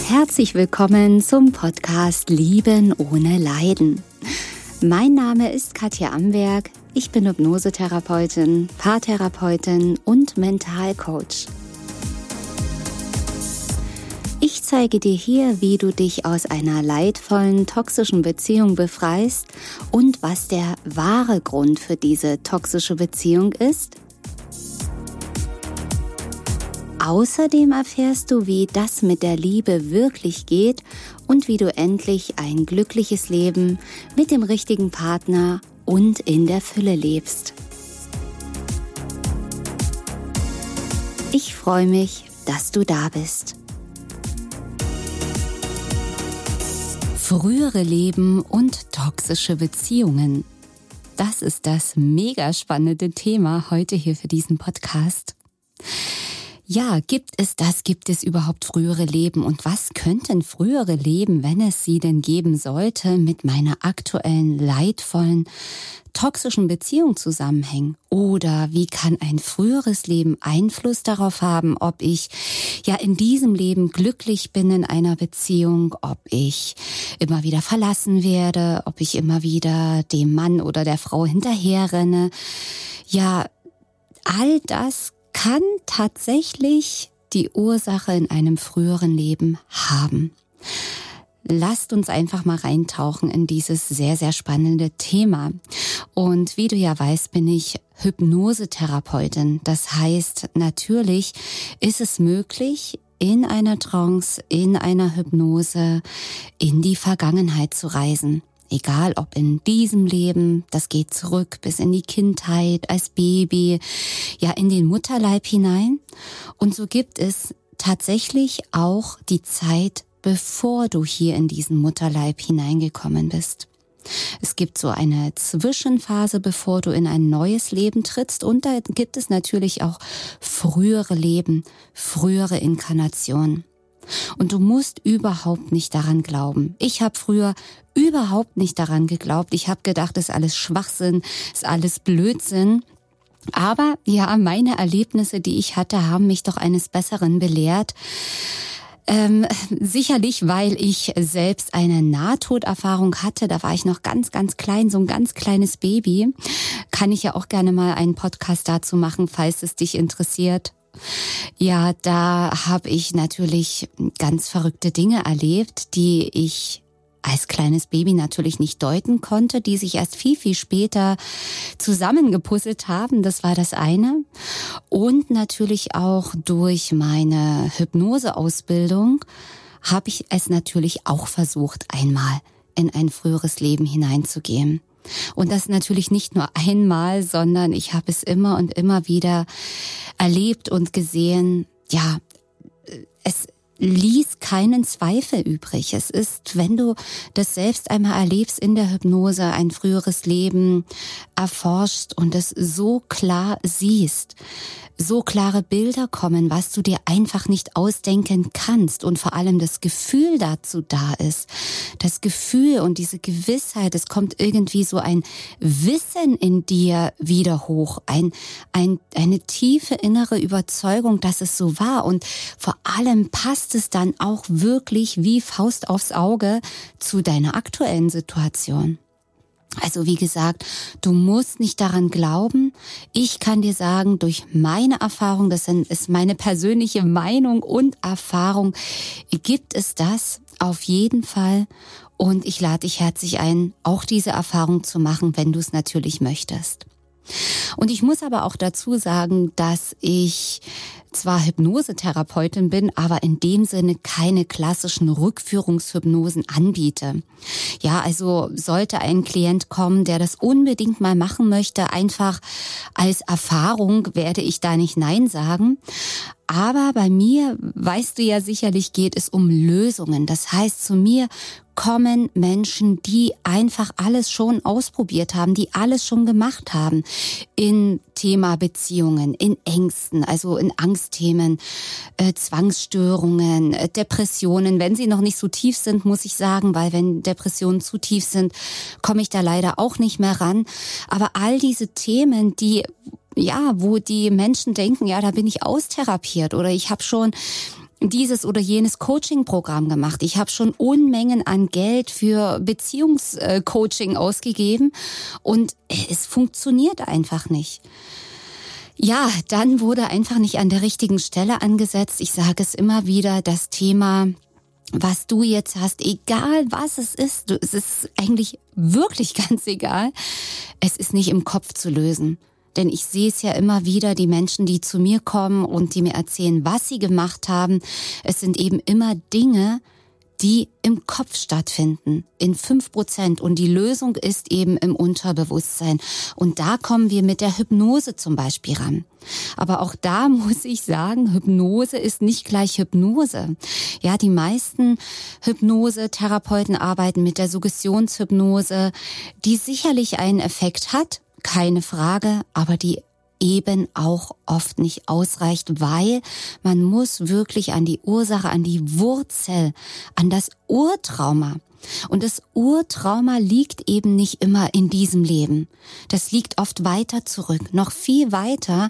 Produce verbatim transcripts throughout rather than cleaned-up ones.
Herzlich willkommen zum Podcast Lieben ohne Leiden. Mein Name ist Katja Amberg, ich bin Hypnosetherapeutin, Paartherapeutin und Mentalcoach. Ich zeige dir hier, wie du dich aus einer leidvollen, toxischen Beziehung befreist und was der wahre Grund für diese toxische Beziehung ist. Außerdem erfährst du, wie das mit der Liebe wirklich geht und wie du endlich ein glückliches Leben mit dem richtigen Partner und in der Fülle lebst. Ich freue mich, dass du da bist. Frühere Leben und toxische Beziehungen. Das ist das mega spannende Thema heute hier für diesen Podcast. Ja, gibt es das, gibt es überhaupt frühere Leben und was könnten frühere Leben, wenn es sie denn geben sollte, mit meiner aktuellen leidvollen, toxischen Beziehung zusammenhängen? Oder wie kann ein früheres Leben Einfluss darauf haben, ob ich ja in diesem Leben glücklich bin in einer Beziehung, ob ich immer wieder verlassen werde, ob ich immer wieder dem Mann oder der Frau hinterherrenne? Ja, all das kann tatsächlich die Ursache in einem früheren Leben haben. Lasst uns einfach mal reintauchen in dieses sehr, sehr spannende Thema. Und wie du ja weißt, bin ich Hypnosetherapeutin. Das heißt, natürlich ist es möglich, in einer Trance, in einer Hypnose, in die Vergangenheit zu reisen. Egal ob in diesem Leben, das geht zurück bis in die Kindheit, als Baby, ja in den Mutterleib hinein. Und so gibt es tatsächlich auch die Zeit, bevor du hier in diesen Mutterleib hineingekommen bist. Es gibt so eine Zwischenphase, bevor du in ein neues Leben trittst. Und da gibt es natürlich auch frühere Leben, frühere Inkarnationen. Und du musst überhaupt nicht daran glauben. Ich habe früher überhaupt nicht daran geglaubt. Ich habe gedacht, das ist alles Schwachsinn, ist alles Blödsinn. Aber ja, meine Erlebnisse, die ich hatte, haben mich doch eines Besseren belehrt. Ähm, sicherlich, weil ich selbst eine Nahtoderfahrung hatte. Da war ich noch ganz, ganz klein, so ein ganz kleines Baby. Kann ich ja auch gerne mal einen Podcast dazu machen, falls es dich interessiert. Ja, da habe ich natürlich ganz verrückte Dinge erlebt, die ich als kleines Baby natürlich nicht deuten konnte, die sich erst viel, viel später zusammengepuzzelt haben. Das war das eine. Und natürlich auch durch meine Hypnoseausbildung habe ich es natürlich auch versucht, einmal in ein früheres Leben hineinzugehen. Und das natürlich nicht nur einmal, sondern ich habe es immer und immer wieder erlebt und gesehen. Ja, es ließ keinen Zweifel übrig. Es ist, wenn du das selbst einmal erlebst in der Hypnose, ein früheres Leben erforscht und es so klar siehst, so klare Bilder kommen, was du dir einfach nicht ausdenken kannst und vor allem das Gefühl dazu da ist. Das Gefühl und diese Gewissheit, es kommt irgendwie so ein Wissen in dir wieder hoch, ein, ein, eine tiefe innere Überzeugung, dass es so war und vor allem passt es dann auch wirklich wie Faust aufs Auge zu deiner aktuellen Situation. Also wie gesagt, du musst nicht daran glauben. Ich kann dir sagen, durch meine Erfahrung, das ist meine persönliche Meinung und Erfahrung, gibt es das auf jeden Fall. Und ich lade dich herzlich ein, auch diese Erfahrung zu machen, wenn du es natürlich möchtest. Und ich muss aber auch dazu sagen, dass ich zwar Hypnosetherapeutin bin, aber in dem Sinne keine klassischen Rückführungshypnosen anbiete. Ja, also sollte ein Klient kommen, der das unbedingt mal machen möchte, einfach als Erfahrung, werde ich da nicht Nein sagen. Aber bei mir, weißt du ja sicherlich, geht es um Lösungen. Das heißt, zu mir kommen Menschen, die einfach alles schon ausprobiert haben, die alles schon gemacht haben in Thema Beziehungen, in Ängsten, also in Angstthemen, äh, Zwangsstörungen, äh, Depressionen. Wenn sie noch nicht so tief sind, muss ich sagen, weil wenn Depressionen zu tief sind, komme ich da leider auch nicht mehr ran. Aber all diese Themen, die ja, wo die Menschen denken, ja, da bin ich austherapiert oder ich habe schon dieses oder jenes Coaching-Programm gemacht. Ich habe schon Unmengen an Geld für Beziehungscoaching ausgegeben und es funktioniert einfach nicht. Ja, dann wurde einfach nicht an der richtigen Stelle angesetzt. Ich sage es immer wieder, das Thema, was du jetzt hast, egal was es ist, es ist eigentlich wirklich ganz egal, es ist nicht im Kopf zu lösen. Denn ich sehe es ja immer wieder, die Menschen, die zu mir kommen und die mir erzählen, was sie gemacht haben. Es sind eben immer Dinge, die im Kopf stattfinden, in fünf Prozent. Und die Lösung ist eben im Unterbewusstsein. Und da kommen wir mit der Hypnose zum Beispiel ran. Aber auch da muss ich sagen, Hypnose ist nicht gleich Hypnose. Ja, die meisten Hypnose-Therapeuten arbeiten mit der Suggestionshypnose, die sicherlich einen Effekt hat. Keine Frage, aber die eben auch oft nicht ausreicht, weil man muss wirklich an die Ursache, an die Wurzel, an das Urtrauma. Und das Urtrauma liegt eben nicht immer in diesem Leben. Das liegt oft weiter zurück, noch viel weiter.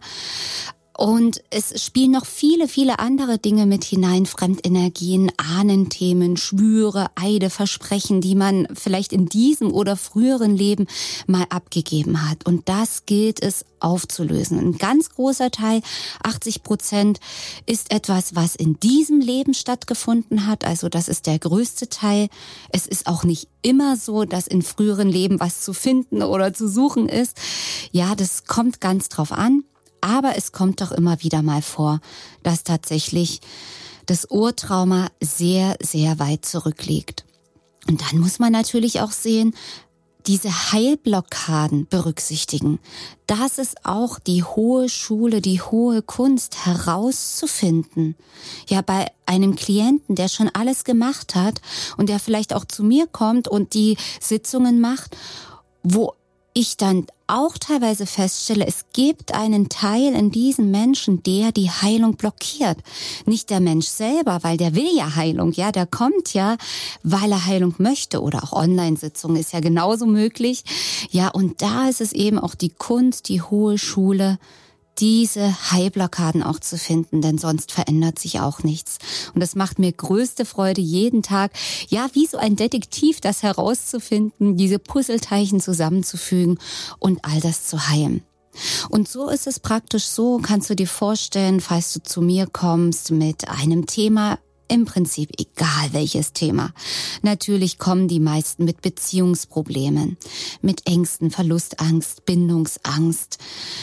Und es spielen noch viele, viele andere Dinge mit hinein, Fremdenergien, Ahnenthemen, Schwüre, Eide, Versprechen, die man vielleicht in diesem oder früheren Leben mal abgegeben hat. Und das gilt es aufzulösen. Ein ganz großer Teil, achtzig Prozent, ist etwas, was in diesem Leben stattgefunden hat. Also das ist der größte Teil. Es ist auch nicht immer so, dass in früheren Leben was zu finden oder zu suchen ist. Ja, das kommt ganz drauf an. Aber es kommt doch immer wieder mal vor, dass tatsächlich das Urtrauma sehr, sehr weit zurückliegt. Und dann muss man natürlich auch sehen, diese Heilblockaden berücksichtigen. Das ist auch die hohe Schule, die hohe Kunst herauszufinden. Ja, bei einem Klienten, der schon alles gemacht hat und der vielleicht auch zu mir kommt und die Sitzungen macht, wo ich dann auch teilweise feststelle, es gibt einen Teil in diesem Menschen, der die Heilung blockiert. Nicht der Mensch selber, weil der will ja Heilung, ja, der kommt ja, weil er Heilung möchte, oder auch Online-Sitzungen ist ja genauso möglich. Ja, und da ist es eben auch die Kunst, die hohe Schule, diese Heilblockaden auch zu finden, denn sonst verändert sich auch nichts. Und das macht mir größte Freude jeden Tag, ja, wie so ein Detektiv, das herauszufinden, diese Puzzleteilchen zusammenzufügen und all das zu heilen. Und so ist es praktisch so, kannst du dir vorstellen, falls du zu mir kommst mit einem Thema, im Prinzip egal welches Thema. Natürlich kommen die meisten mit Beziehungsproblemen, mit Ängsten, Verlustangst, Bindungsangst.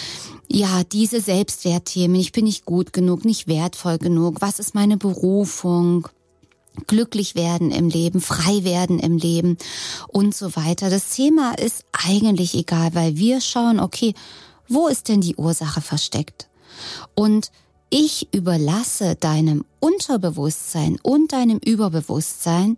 Ja, diese Selbstwertthemen, ich bin nicht gut genug, nicht wertvoll genug, was ist meine Berufung, glücklich werden im Leben, frei werden im Leben und so weiter. Das Thema ist eigentlich egal, weil wir schauen, okay, wo ist denn die Ursache versteckt? Und ich überlasse deinem Unterbewusstsein und deinem Überbewusstsein,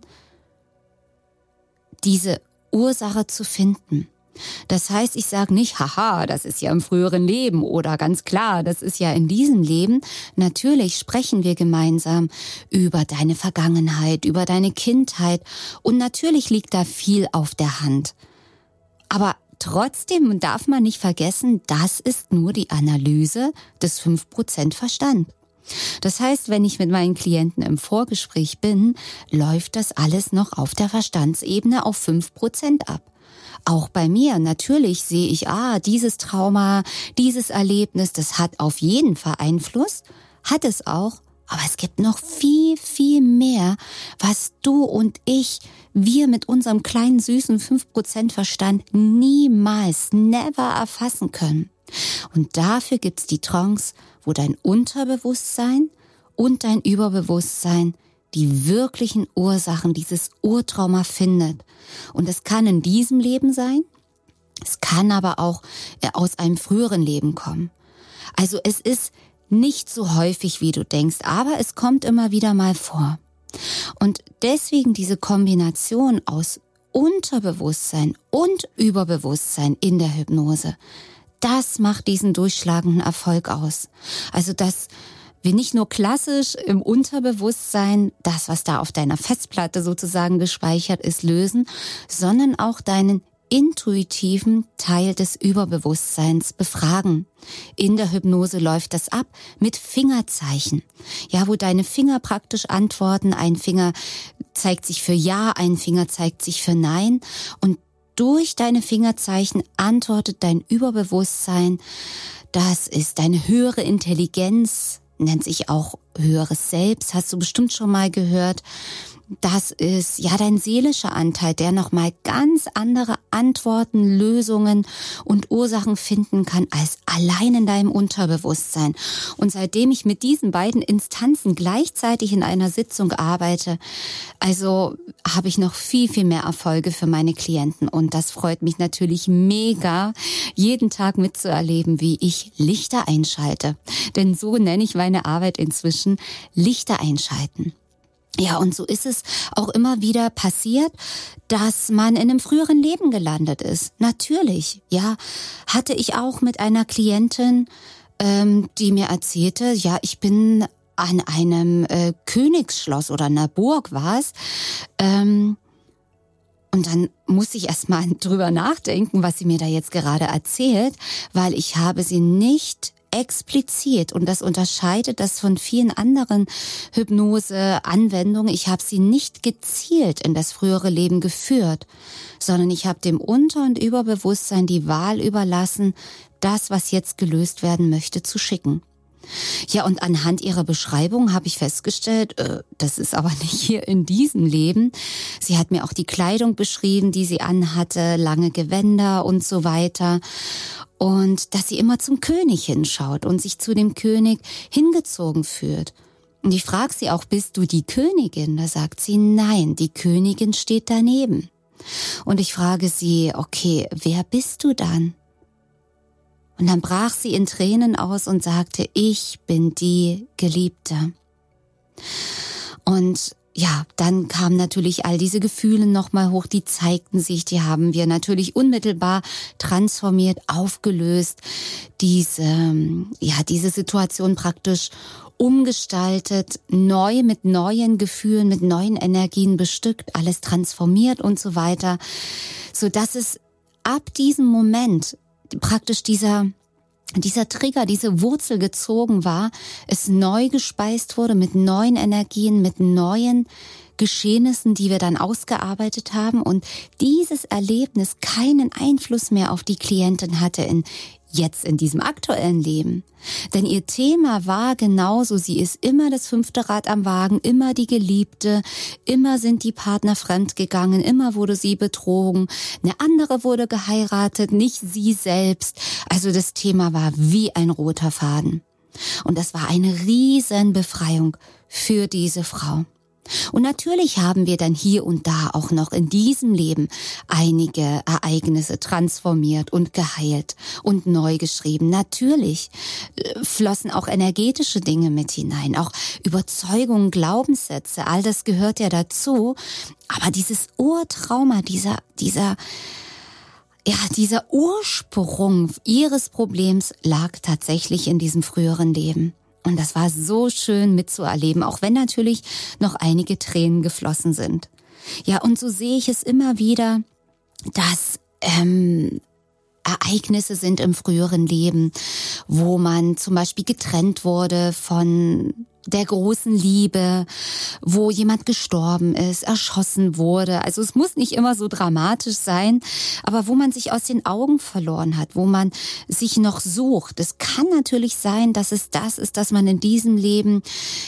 diese Ursache zu finden. Das heißt, ich sage nicht, haha, das ist ja im früheren Leben oder ganz klar, das ist ja in diesem Leben. Natürlich sprechen wir gemeinsam über deine Vergangenheit, über deine Kindheit und natürlich liegt da viel auf der Hand. Aber trotzdem darf man nicht vergessen, das ist nur die Analyse des fünf Prozent Verstand. Das heißt, wenn ich mit meinen Klienten im Vorgespräch bin, läuft das alles noch auf der Verstandsebene auf fünf Prozent ab. Auch bei mir, natürlich sehe ich, ah, dieses Trauma, dieses Erlebnis, das hat auf jeden Fall Einfluss, hat es auch, aber es gibt noch viel, viel mehr, was du und ich, wir mit unserem kleinen, süßen fünf Prozent Verstand niemals, never erfassen können. Und dafür gibt's die Trance, wo dein Unterbewusstsein und dein Überbewusstsein die wirklichen Ursachen dieses Urtrauma findet. Und es kann in diesem Leben sein, es kann aber auch aus einem früheren Leben kommen. Also es ist nicht so häufig, wie du denkst, aber es kommt immer wieder mal vor. Und deswegen diese Kombination aus Unterbewusstsein und Überbewusstsein in der Hypnose, das macht diesen durchschlagenden Erfolg aus. Also das wir nicht nur klassisch im Unterbewusstsein das, was da auf deiner Festplatte sozusagen gespeichert ist, lösen, sondern auch deinen intuitiven Teil des Überbewusstseins befragen. In der Hypnose läuft das ab mit Fingerzeichen. Ja, wo deine Finger praktisch antworten. Ein Finger zeigt sich für Ja, ein Finger zeigt sich für Nein. Und durch deine Fingerzeichen antwortet dein Überbewusstsein. Das ist deine höhere Intelligenz, nennt sich auch höheres Selbst, hast du bestimmt schon mal gehört. Das ist ja dein seelischer Anteil, der nochmal ganz andere Antworten, Lösungen und Ursachen finden kann als allein in deinem Unterbewusstsein. Und seitdem ich mit diesen beiden Instanzen gleichzeitig in einer Sitzung arbeite, also habe ich noch viel, viel mehr Erfolge für meine Klienten. Und das freut mich natürlich mega, jeden Tag mitzuerleben, wie ich Lichter einschalte. Denn so nenne ich meine Arbeit inzwischen, Lichter einschalten. Ja, und so ist es auch immer wieder passiert, dass man in einem früheren Leben gelandet ist. Natürlich, ja, hatte ich auch mit einer Klientin, ähm, die mir erzählte, ja, ich bin an einem äh, Königsschloss oder einer Burg war es. Ähm, und dann muss ich erst mal drüber nachdenken, was sie mir da jetzt gerade erzählt, weil ich habe sie nicht explizit, und das unterscheidet das von vielen anderen Hypnose-Anwendungen, ich habe sie nicht gezielt in das frühere Leben geführt, sondern ich habe dem Unter- und Überbewusstsein die Wahl überlassen, das, was jetzt gelöst werden möchte, zu schicken. Ja, und anhand ihrer Beschreibung habe ich festgestellt, äh, das ist aber nicht hier in diesem Leben. Sie hat mir auch die Kleidung beschrieben, die sie anhatte, lange Gewänder und so weiter. Und dass sie immer zum König hinschaut und sich zu dem König hingezogen fühlt. Und ich frage sie auch, bist du die Königin? Da sagt sie, nein, die Königin steht daneben. Und ich frage sie, okay, wer bist du dann? Und dann brach sie in Tränen aus und sagte, ich bin die Geliebte. Und ja, dann kamen natürlich all diese Gefühle nochmal hoch, die zeigten sich, die haben wir natürlich unmittelbar transformiert, aufgelöst, diese, ja, diese Situation praktisch umgestaltet, neu mit neuen Gefühlen, mit neuen Energien bestückt, alles transformiert und so weiter, so dass es ab diesem Moment praktisch dieser dieser Trigger, diese Wurzel gezogen war, es neu gespeist wurde mit neuen Energien, mit neuen Geschehnissen, die wir dann ausgearbeitet haben und dieses Erlebnis keinen Einfluss mehr auf die Klientin hatte in jetzt in diesem aktuellen Leben. Denn ihr Thema war genauso, sie ist immer das fünfte Rad am Wagen, immer die Geliebte, immer sind die Partner fremdgegangen, immer wurde sie betrogen, eine andere wurde geheiratet, nicht sie selbst. Also das Thema war wie ein roter Faden. Und das war eine riesen Befreiung für diese Frau. Und natürlich haben wir dann hier und da auch noch in diesem Leben einige Ereignisse transformiert und geheilt und neu geschrieben. Natürlich flossen auch energetische Dinge mit hinein, auch Überzeugungen, Glaubenssätze, all das gehört ja dazu. Aber dieses Urtrauma, dieser, dieser, ja, dieser Ursprung ihres Problems lag tatsächlich in diesem früheren Leben. Und das war so schön mitzuerleben, auch wenn natürlich noch einige Tränen geflossen sind. Ja, und so sehe ich es immer wieder, dass ähm, Ereignisse sind im früheren Leben, wo man zum Beispiel getrennt wurde von der großen Liebe, wo jemand gestorben ist, erschossen wurde. Also es muss nicht immer so dramatisch sein, aber wo man sich aus den Augen verloren hat, wo man sich noch sucht. Es kann natürlich sein, dass es das ist, dass man in diesem Leben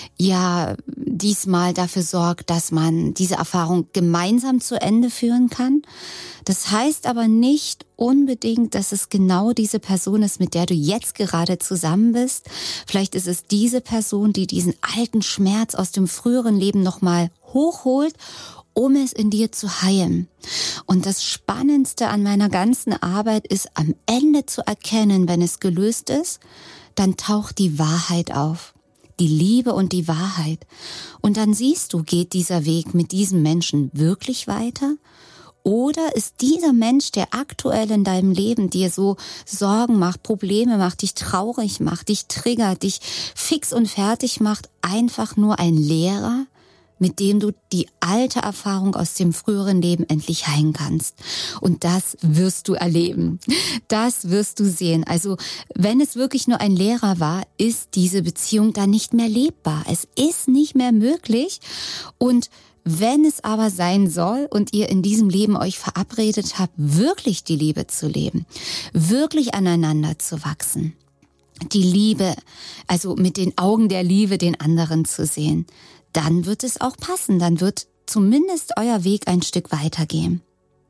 ja diesmal dafür sorgt, dass man diese Erfahrung gemeinsam zu Ende führen kann. Das heißt aber nicht unbedingt, dass es genau diese Person ist, mit der du jetzt gerade zusammen bist. Vielleicht ist es diese Person, die diesen alten Schmerz aus dem früheren Leben nochmal hochholt, um es in dir zu heilen. Und das Spannendste an meiner ganzen Arbeit ist, am Ende zu erkennen, wenn es gelöst ist, dann taucht die Wahrheit auf. Die Liebe und die Wahrheit. Und dann siehst du, geht dieser Weg mit diesem Menschen wirklich weiter? Oder ist dieser Mensch, der aktuell in deinem Leben dir so Sorgen macht, Probleme macht, dich traurig macht, dich triggert, dich fix und fertig macht, einfach nur ein Lehrer, mit dem du die alte Erfahrung aus dem früheren Leben endlich heilen kannst. Und das wirst du erleben. Das wirst du sehen. Also wenn es wirklich nur ein Lehrer war, ist diese Beziehung dann nicht mehr lebbar. Es ist nicht mehr möglich. Und wenn es aber sein soll und ihr in diesem Leben euch verabredet habt, wirklich die Liebe zu leben, wirklich aneinander zu wachsen, die Liebe, also mit den Augen der Liebe den anderen zu sehen, dann wird es auch passen. Dann wird zumindest euer Weg ein Stück weitergehen.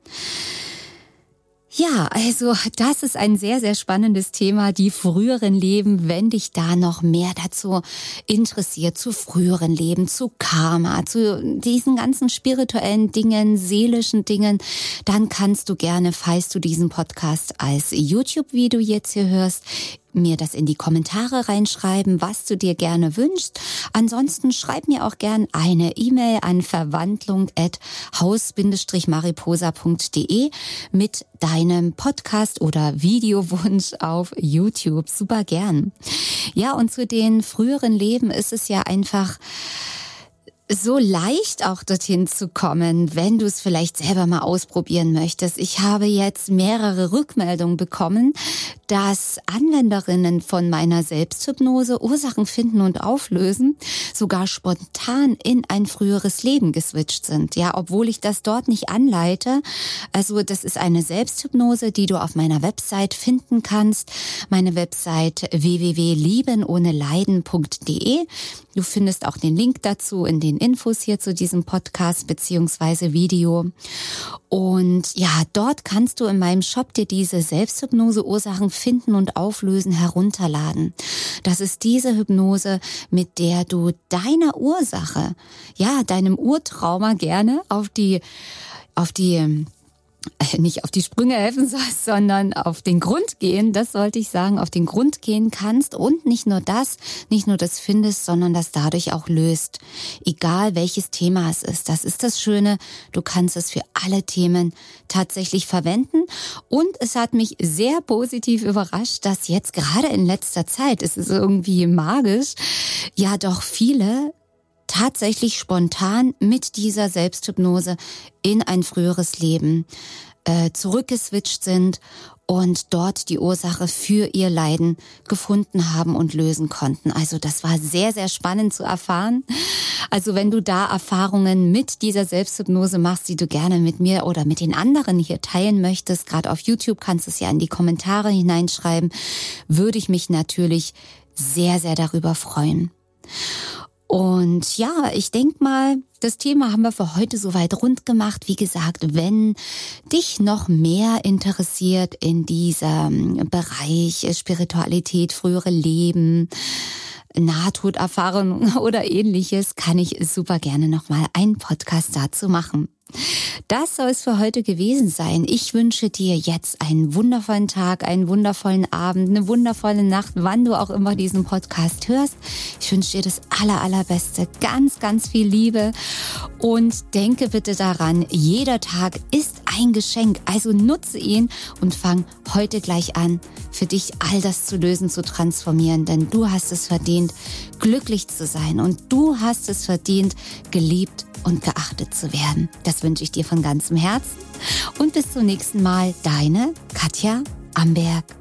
Ja, also das ist ein sehr, sehr spannendes Thema, die früheren Leben. Wenn dich da noch mehr dazu interessiert, zu früheren Leben, zu Karma, zu diesen ganzen spirituellen Dingen, seelischen Dingen, dann kannst du gerne, falls du diesen Podcast als YouTube-Video jetzt hier hörst, mir das in die Kommentare reinschreiben, was du dir gerne wünschst. Ansonsten schreib mir auch gern eine E-Mail an verwandlung at haus mariposa punkt de mit deinem Podcast oder Videowunsch auf YouTube. Super gern. Ja, und zu den früheren Leben ist es ja einfach so leicht auch dorthin zu kommen, wenn du es vielleicht selber mal ausprobieren möchtest. Ich habe jetzt mehrere Rückmeldungen bekommen, dass Anwenderinnen von meiner Selbsthypnose Ursachen finden und auflösen, sogar spontan in ein früheres Leben geswitcht sind. Ja, obwohl ich das dort nicht anleite. Also das ist eine Selbsthypnose, die du auf meiner Website finden kannst. Meine Website w w w punkt lieben ohne leiden punkt de. Du findest auch den Link dazu in den Infos hier zu diesem Podcast beziehungsweise Video. Und ja, dort kannst du in meinem Shop dir diese Selbsthypnose-Ursachen finden und auflösen, herunterladen. Das ist diese Hypnose, mit der du deiner Ursache, ja, deinem Urtrauma gerne auf die, auf die, nicht auf die Sprünge helfen sollst, sondern auf den Grund gehen, das sollte ich sagen, auf den Grund gehen kannst und nicht nur das, nicht nur das findest, sondern das dadurch auch löst. Egal welches Thema es ist, das ist das Schöne, du kannst es für alle Themen tatsächlich verwenden und es hat mich sehr positiv überrascht, dass jetzt gerade in letzter Zeit, es ist irgendwie magisch, ja doch viele tatsächlich spontan mit dieser Selbsthypnose in ein früheres Leben äh, zurückgeswitcht sind und dort die Ursache für ihr Leiden gefunden haben und lösen konnten. Also das war sehr, sehr spannend zu erfahren. Also wenn du da Erfahrungen mit dieser Selbsthypnose machst, die du gerne mit mir oder mit den anderen hier teilen möchtest, gerade auf YouTube kannst du es ja in die Kommentare hineinschreiben, würde ich mich natürlich sehr, sehr darüber freuen. Und ja, ich denke mal, das Thema haben wir für heute soweit rund gemacht. Wie gesagt, wenn dich noch mehr interessiert in diesem Bereich Spiritualität, frühere Leben, Nahtoderfahrung oder ähnliches, kann ich super gerne nochmal einen Podcast dazu machen. Das soll es für heute gewesen sein. Ich wünsche dir jetzt einen wundervollen Tag, einen wundervollen Abend, eine wundervolle Nacht, wann du auch immer diesen Podcast hörst. Ich wünsche dir das aller, allerbeste, ganz, ganz viel Liebe und denke bitte daran, jeder Tag ist ein Geschenk, also nutze ihn und fang heute gleich an, für dich all das zu lösen, zu transformieren, denn du hast es verdient, glücklich zu sein und du hast es verdient, geliebt und geachtet zu werden. Das wünsche ich dir von ganzem Herzen und bis zum nächsten Mal, deine Katja Amberg.